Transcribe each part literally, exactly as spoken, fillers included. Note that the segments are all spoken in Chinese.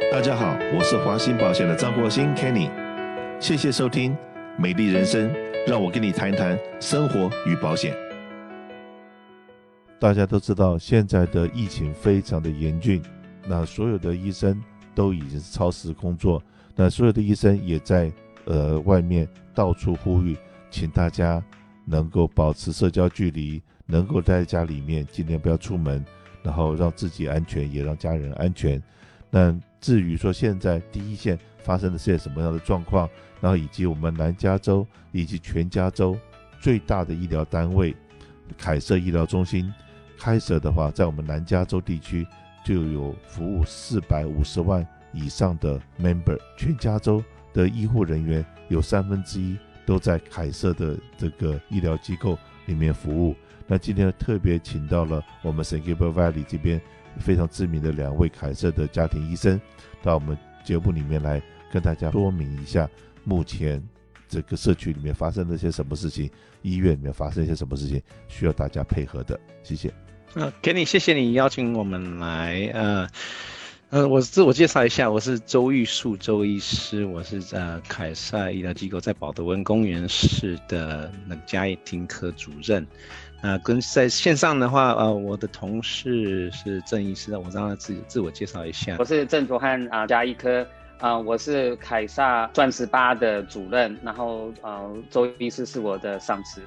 大家好，我是华兴保险的张国兴 Kenny， 谢谢收听美丽人生，让我跟你谈一谈生活与保险。 大家都知道现在的疫情非常的严峻，那所有的医生都已经是超时工作，那所有的医生也在呃外面到处呼吁，请大家能够保持社交距离，能够待在家里面，尽量不要出门，然后让自己安全，也让家人安全。那至于说现在第一线发生的是些什么样的状况，然后以及我们南加州以及全加州最大的医疗单位凯瑟医疗中心，开设的话，在我们南加州地区就有服务四百五十万以上的 member， 全加州的医护人员有三分之一都在凯瑟的这个医疗机构里面服务。那今天特别请到了我们 San Gabriel Valley 这边非常知名的两位凯瑟的家庭医生到我们节目里面来跟大家说明一下目前这个社区里面发生了些什么事情，医院里面发生一些什么事情需要大家配合的。谢谢。 呃 Kenny， 谢谢你邀请我们来。呃呃，我自我介绍一下，我是周玉树周医师，我是呃凯瑟医疗机构在保德温公园市的那个家庭科主任。啊、呃，跟在线上的话，呃，我的同事是郑医师，我让他自自我介绍一下。 我是郑卓汉啊，家医科啊、呃，我是凯撒钻石吧的主任，然后呃，周医师是我的上司。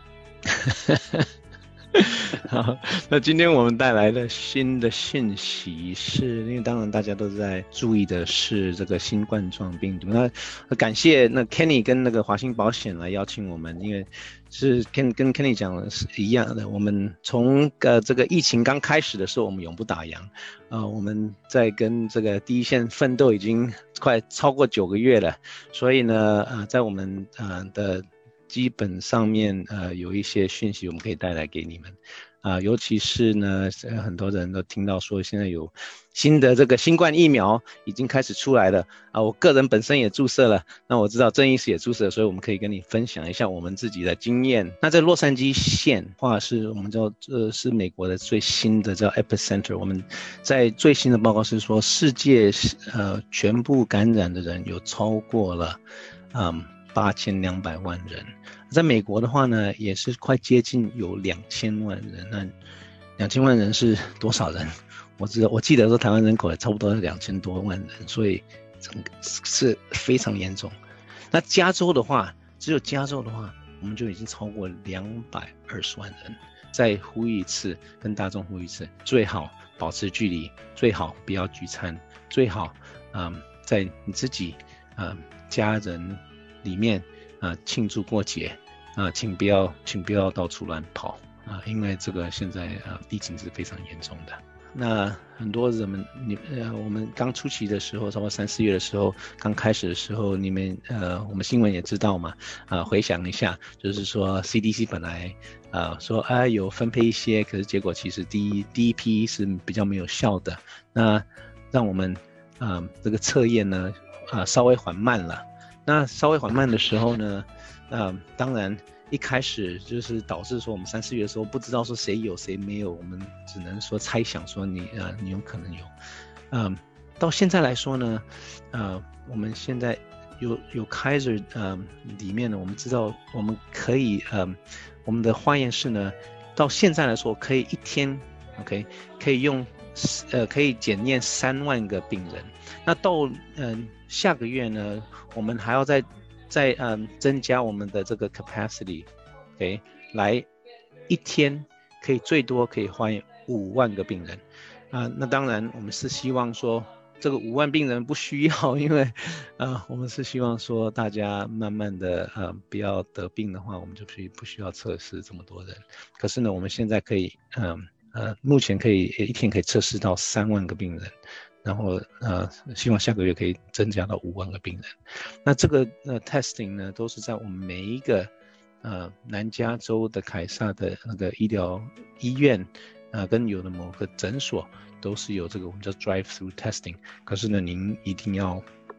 好，那今天我们带来的新的讯息是，因为当然大家都在注意的是这个新冠状病毒。那感谢那 Kenny 跟那个华兴保险来邀请我们，因为是 Ken 跟 Kenny 讲的是一样的。我们从呃这个疫情刚开始的时候，我们永不打烊，呃，我们在跟这个第一线奋斗已经快超过九个月了，所以呢，呃，在我们呃的基本上面呃有一些讯息我们可以带来给你们啊、呃，尤其是呢、呃、很多人都听到说现在有新的这个新冠疫苗已经开始出来了啊、呃，我个人本身也注射了，那我知道郑医师也注射了，所以我们可以跟你分享一下我们自己的经验。那在洛杉矶县话是我们叫呃是美国的最新的叫 epicenter， 我们在最新的报告是说世界呃全部感染的人有超过了嗯八千两百万人，在美国的话呢，也是快接近有两千万人。那两千万人是多少人？我知道，我记得说台湾人口也差不多两千多万人，所以整个是非常严重。那加州的话，只有加州的话，我们就已经超过两百二十万人。再呼吁一次，跟大众呼吁一次，最好保持距离，最好不要聚餐，最好嗯，在你自己嗯家人里面啊、呃、庆祝过节啊、呃，请不要请不要到处乱跑啊、呃，因为这个现在啊、呃、疫情是非常严重的。那很多人们你呃我们刚初期的时候，差不多三四月的时候，刚开始的时候，你们呃我们新闻也知道嘛啊、呃，回想一下，就是说 C D C 本来啊、呃、说啊有分配一些，可是结果其实第一第一批是比较没有效的，那让我们啊、呃、这个测验呢啊、呃、稍微缓慢了。那稍微缓慢的时候呢，呃，当然一开始就是导致说我们三四月的时候不知道说谁有谁没有，我们只能说猜想说你呃你有可能有，嗯、呃，到现在来说呢，呃，我们现在有有 Kaiser 呃里面呢，我们知道我们可以呃我们的化验室呢，到现在来说可以一天 OK 可以用呃可以检验三万个病人，那到嗯。呃下个月呢，我们还要再再嗯增加我们的这个 capacity，OK， 来一天可以最多可以化验五万个病人啊、呃。那当然我们是希望说这个五万病人不需要，因为呃我们是希望说大家慢慢的呃不要得病的话，我们就不不需要测试这么多人。可是呢，我们现在可以嗯 呃, 呃目前可以一天可以测试到三万个病人。然后呃，希望下个月可以增加到五万个病人。那这个呃 testing 呢，都是在我们每一个呃南加州的凯撒的那个医疗医院，呃跟有的某个诊所都是有这个我们叫 drive through testing。可是呢，您一定要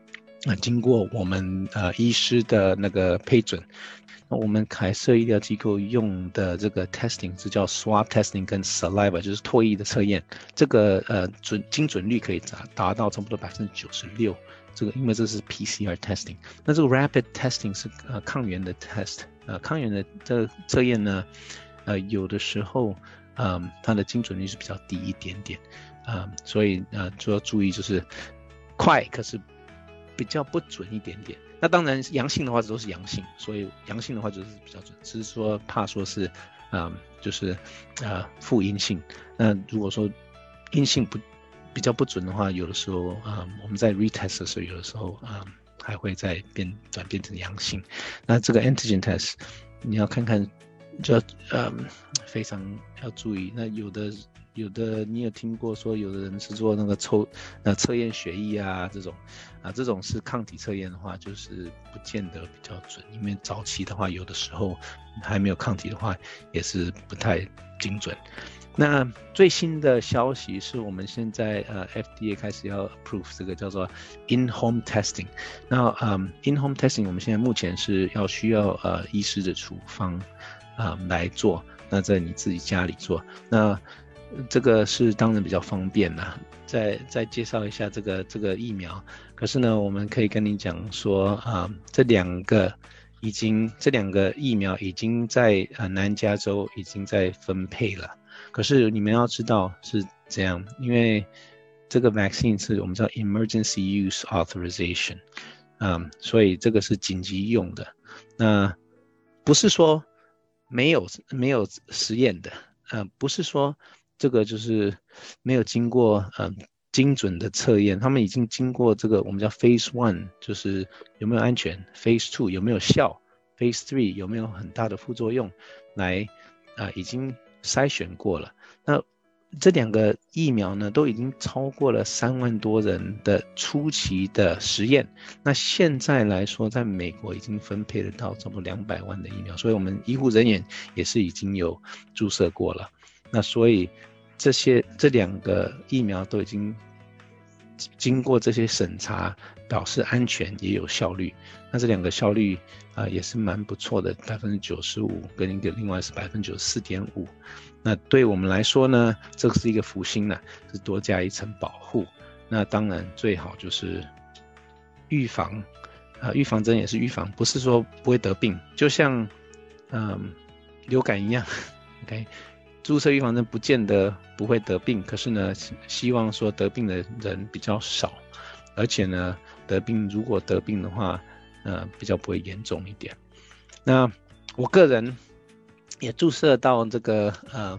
呃经过我们呃医师的那个批准。我们凯瑟医疗机构用的这个 testing 是叫 swab testing 跟 saliva， 就是唾液的测验，这个呃准精准率可以达达到差不多百分之九十六。这个因为这是 P C R testing， 那这个 rapid testing 是呃抗原的 test， 呃抗原的这个测验呢，呃有的时候嗯、呃、它的精准率是比较低一点点，呃所以呃就要注意就是快，可是比较不准一点点。那当然阳性的话都是阳性，所以阳性的话就是比较准，只是说怕说是嗯就是呃负阴性。那如果说阴性不比较不准的话，有的时候啊、嗯，我们在 retest 的时候，有的时候啊、嗯、还会再变转变成阳性。那这个 antigen test 你要看看，就要嗯非常要注意。那有的有的你有听过说，有的人是做那个抽呃测验血液啊这种啊，这种是抗体测验的话，就是不见得比较准，因为早期的话，有的时候还没有抗体的话，也是不太精准。那最新的消息是我们现在呃 F D A 开始要 approve 这个叫做 in-home testing。那嗯 in-home testing 我们现在目前是要需要呃医师的处方啊、呃、来做，那在你自己家里做，那这个是当然比较方便啦。再再介绍一下这个这个疫苗，可是呢，我们可以跟你讲说啊、呃，这两个已经这两个疫苗已经在呃南加州已经在分配了。可是你们要知道是这样，因为这个 vaccine 是我们叫 emergency use authorization， 嗯，所以这个是紧急用的。那不是说没有没有实验的，呃，不是说这个就是没有经过嗯精准的测验，他们已经经过这个我们叫 phase one， 就是有没有安全 ，phase two 有没有效 ，phase three 有没有很大的副作用，来啊、呃、已经筛选过了。那这两个疫苗呢，都已经超过了三万多人的初期的实验。那现在来说，在美国已经分配了到差不多两百万的疫苗，所以我们医护人员也是已经有注射过了。那所以这些这两个疫苗都已经经过这些审查，表示安全也有效率。那这两个效率啊、呃、也是蛮不错的，百分之九十五跟一个另外是百分之九十四点五。那对我们来说呢，这是一个福星呢，是多加一层保护。那当然最好就是预防，啊、呃，预防针也是预防，不是说不会得病，就像嗯、呃、流感一样 ，OK。注射预防针不见得不会得病，可是呢，希望说得病的人比较少，而且呢，得病如果得病的话，呃，比较不会严重一点。那我个人也注射到这个呃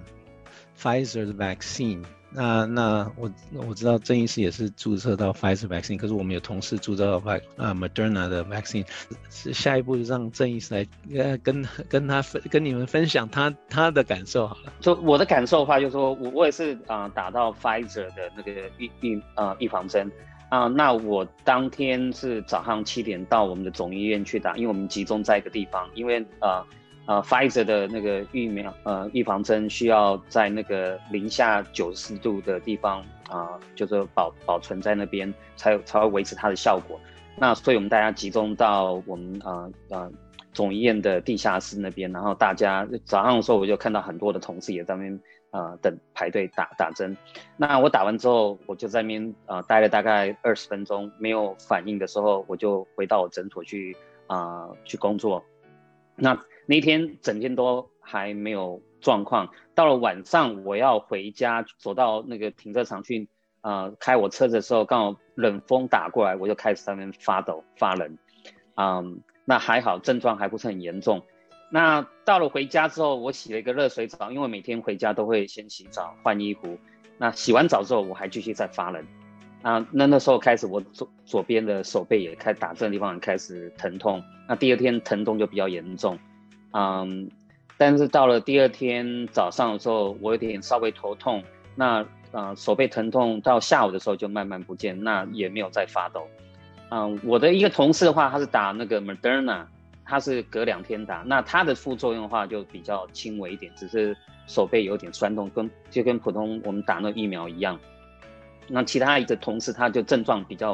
Pfizer 的 vaccine。那那我我知道郑医师也是注射到 Pfizer vaccine， 可是我们有同事注射到呃 Moderna 的 vaccine。是下一步让郑医师来呃跟跟他分跟你们分享他他的感受好了。 就我的感受的话，就是说我我也是啊、呃、打到 Pfizer 的那个预预呃预防针啊、呃，那我当天是早上七点到我们的总医院去打，因为我们集中在一个地方，因为呃。呃 ，Pfizer 的那个疫苗，呃，预防针需要在那个零下九十四度的地方啊、呃，就是保保存在那边，才才会维持它的效果。那所以我们大家集中到我们呃呃总医院的地下室那边，然后大家早上的时候我就看到很多的同事也在那边呃等排队打打针。那我打完之后，我就在那边呃待了大概二十分钟，没有反应的时候，我就回到我诊所去啊、呃、去工作。那那一天整天都还没有状况，到了晚上我要回家，走到那个停车场去，呃，开我车子的时候，刚好冷风打过来，我就开始在那边发抖发冷，嗯，那还好症状还不是很严重。那到了回家之后，我洗了一个热水澡，因为每天回家都会先洗澡换衣服。那洗完澡之后，我还继续在发冷，啊，那那时候开始我左左边的手背也开始打针的地方也开始疼痛，那第二天疼痛就比较严重。嗯，但是到了第二天早上的时候，我有点稍微头痛，那呃手背疼痛到下午的时候就慢慢不见，那也没有再发抖。嗯，我的一个同事的话，他是打那个 Moderna， 他是隔两天打，那他的副作用的话就比较轻微一点，只是手背有点酸痛，跟就跟普通我们打那个疫苗一样。那其他一个同事他就症状比较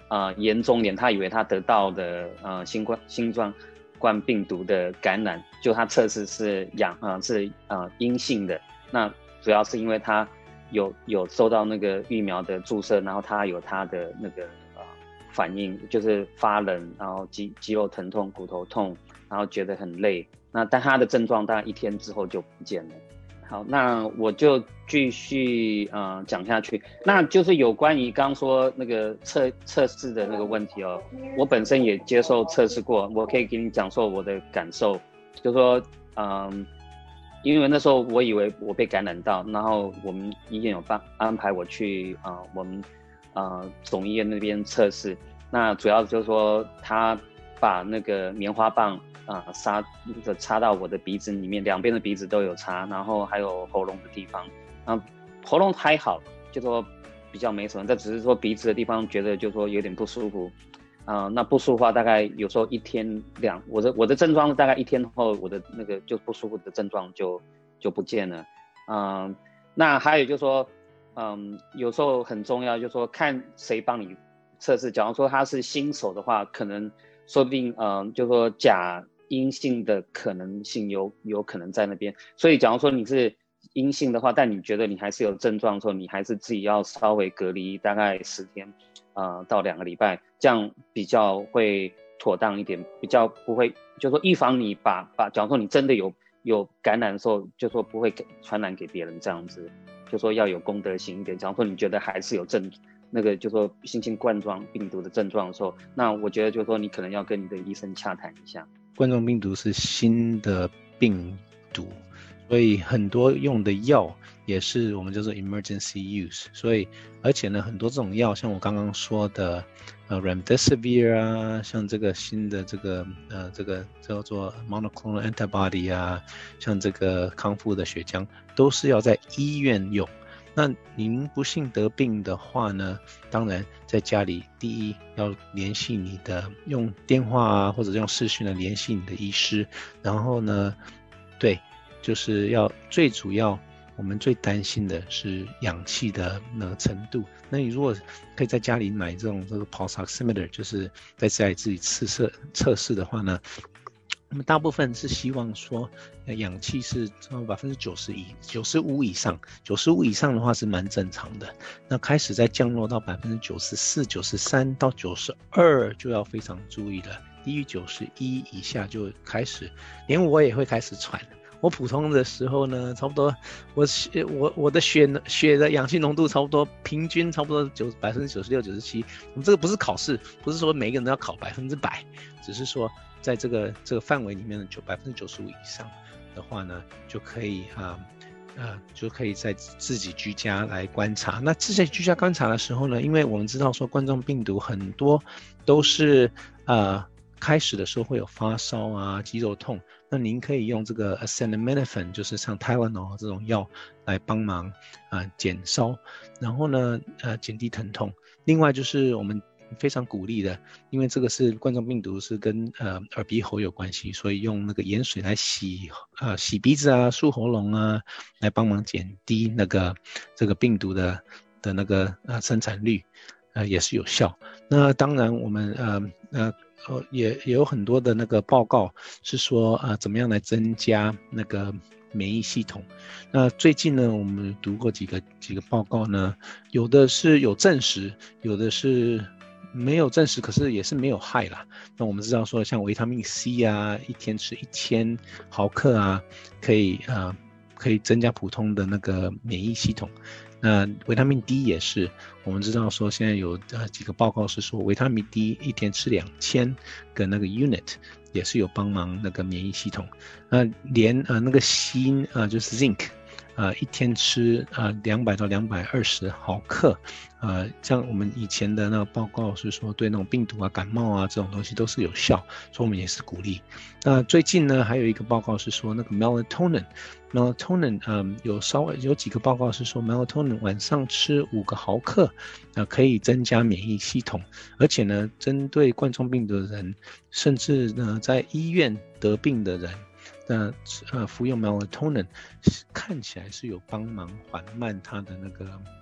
呃严重点，他以为他得到的呃新冠新冠冠病毒的感染，就他测试是阳呃是呃阴性的。那主要是因为他有有受到那个疫苗的注射，然后他有他的那个呃反应，就是发冷，然后肌肌肉疼痛、骨头痛，然后觉得很累。那但他的症状大概一天之后就不见了。好，那我就继续呃讲下去，那就是有关于刚刚说那个测测试的那个问题哦，我本身也接受测试过，我可以给你讲说我的感受，就是说，嗯，因为那时候我以为我被感染到，然后我们医院有办安排我去啊、呃、我们呃总医院那边测试，那主要就是说他把那个棉花棒。啊、呃，插的插到我的鼻子里面，两边的鼻子都有插，然后还有喉咙的地方，啊，喉咙还好，就说比较没什么，但只是说鼻子的地方觉得就说有点不舒服，啊、呃，那不舒服的话，大概有时候一天两，我的我的症状大概一天后，我的那个就不舒服的症状就就不见了，嗯、呃，那还有就是说，嗯，有时候很重要，就是说看谁帮你测试，假如说他是新手的话，可能说不定，嗯、呃，就是说假阴性的可能性有有可能在那边，所以假如说你是阴性的话，但你觉得你还是有症状的时候，你还是自己要稍微隔离大概十天，呃到两个礼拜，这样比较会妥当一点，比较不会，就说预防你把把，假如说你真的有有感染的时候，就说不会给传染给别人这样子，就说要有公德心一点。假如说你觉得还是有症那个就说新型冠状病毒的症状的时候，那我觉得就说你可能要跟你的医生洽谈一下。 冠状病毒是新的病毒，所以很多用的药也是我们叫做 emergency use， 所以而且呢，很多这种药，像我刚刚说的，呃 remdesivir 啊，像这个新的这个呃这个叫做 monoclonal antibody 啊，像这个康复的血浆，都是要在医院用。那您不幸得病的话呢，当然在家里第一要联系你的，用电话啊或者用视讯来联系你的医师，然后呢，对，就是要最主要我们最担心的是氧气的那个程度。那你如果可以在家里买这种这个 pulse oximeter， 就是在家里自己测试测试的话呢，那么大部分是希望说，呃，氧气是百分之九十以九十五以上，九十五以上的话是蛮正常的。那开始再降落到百分之九十四、九十三到九十二就要非常注意了。低于九十一以下就开始，连我也会开始喘。我普通的时候呢，差不多我我我的血血的氧气浓度差不多平均差不多九百分之九十六、九十七。我们这个不是考试，不是说每个人都要考百分之百，只是说。在这个这个范围里面的九百分之九十五以上的话呢，就可以啊呃就可以在自己居家来观察。那自己居家观察的时候呢，因为我们知道说冠状病毒很多都是呃开始的时候会有发烧啊、肌肉痛，那您可以用这个 acetaminophen， 就是像 Tylenol 这种药来帮忙啊、呃、减烧，然后呢呃减低疼痛。另外就是我们非常鼓励的，因为这个是冠状病毒是跟呃耳鼻喉有关系，所以用那个盐水来洗呃洗鼻子啊、漱喉咙啊，来帮忙减低那个这个病毒的的那个呃生产率，呃也是有效。那当然我们呃呃呃也也有很多的那个报告是说呃怎么样来增加那个免疫系统。那最近呢，我们读过几个几个报告呢，有的是有证实，有的是没有证实，可是也是没有害啦。那我们知道说，像维他命 C 啊，一天吃一千毫克啊，可以呃可以增加普通的那个免疫系统。那维他命 D 也是，我们知道说现在有呃几个报告是说，维他命 D 一天吃两千个那个 unit， 也是有帮忙那个免疫系统。那连呃那个锌呃就是 zinc。呃，一天吃呃两百到两百二十毫克，呃，像我们以前的那个报告是说，对那种病毒啊、感冒啊这种东西都是有效，所以我们也是鼓励。那最近呢，还有一个报告是说，那个 melatonin，melatonin， 嗯，有稍微有几个报告是说 melatonin 晚上吃五个毫克，呃，可以增加免疫系统，而且呢，针对冠状病毒的人，甚至呢在医院得病的人。那呃，服用 melatonin 看起来是有帮忙缓慢它的那个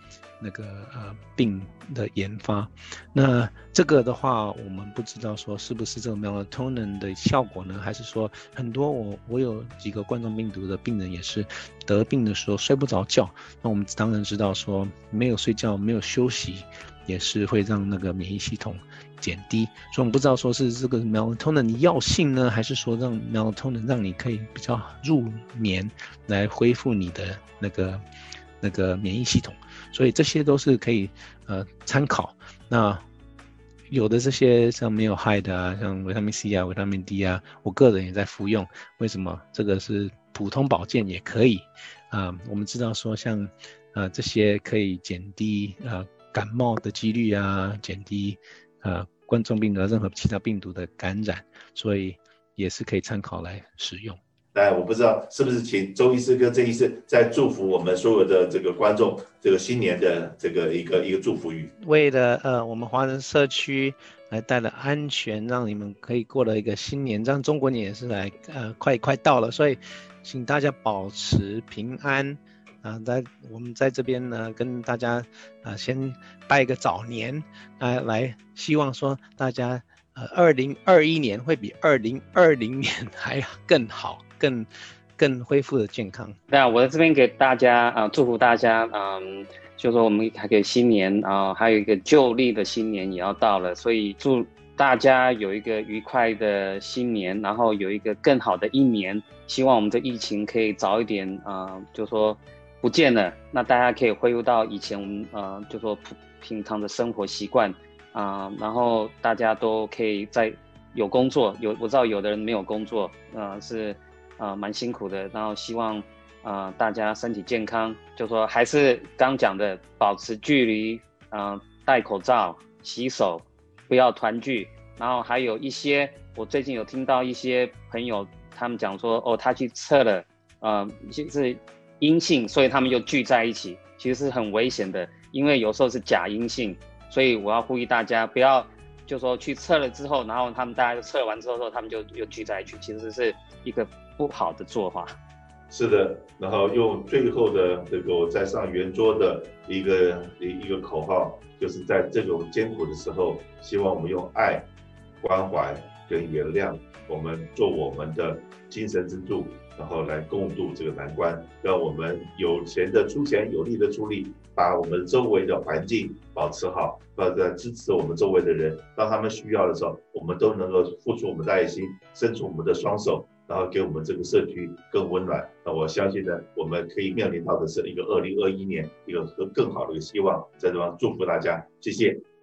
那个呃病的研发。那这个的话，我们不知道说是不是这个 melatonin 的效果呢，还是说很多我我有几个冠状病毒的病人也是得病的时候睡不着觉，那我们当然知道说没有睡觉没有休息也是会让那个免疫系统减低，所以我们不知道说是这个 melatonin 的药性呢，还是说让 melatonin 让你可以比较入眠来恢复你的那个那个免疫系统，所以这些都是可以呃参考。那有的这些像没有害的啊，像维他命 C 啊、维他命 D 啊，我个人也在服用。为什么？这个是普通保健也可以啊、呃。我们知道说像呃这些可以减低呃感冒的几率啊，减低呃冠状病毒任何其他病毒的感染，所以也是可以参考来使用。 当然，我不知道是不是请周医师跟郑医师在祝福我们所有的这个观众这个新年的这个一个一个祝福语。 为了呃我们华人社区来带来安全，让你们可以过了一个新年，这样中国年也是来呃快快到了，所以请大家保持平安啊！在我们在这边呢，跟大家啊先拜个早年啊，来希望说大家呃二零二一年会比二零二零年还更好。更更恢复的健康。 对啊，我在这边给大家啊、呃、祝福大家，嗯，就说我们还给新年啊、呃，还有一个旧历的新年也要到了，所以祝大家有一个愉快的新年，然后有一个更好的一年。希望我们的疫情可以早一点啊、呃，就说不见了，那大家可以恢复到以前我们呃就说平常的生活习惯啊、呃，然后大家都可以在有工作，有我知道有的人没有工作，呃是。呃，蛮辛苦的，然后希望呃大家身体健康，就说还是刚讲的，保持距离，呃，戴口罩，洗手，不要团聚。然后还有一些，我最近有听到一些朋友他们讲说，哦，他去测了，呃，是阴性，所以他们又聚在一起，其实是很危险的，因为有时候是假阴性，所以我要呼吁大家不要。就说去测了之后，然后他们大家就测完之后，他们就又聚在一起，其实是一个不好的做法。 是的，然后用最后的这个在上圆桌的一个一个口号，就是在这种艰苦的时候，希望我们用爱、关怀跟原谅，我们做我们的精神支柱，然后来共度这个难关，让我们有钱的出钱，有力的出力，把我们周围的环境保持好，或者支持我们周围的人，当他们需要的时候，我们都能够付出我们的爱心，伸出我们的双手，然后给我们这个社区更温暖。那我相信呢，我们可以面临到的是一个二零二一年一个更好的一个希望，在这方祝福大家，谢谢。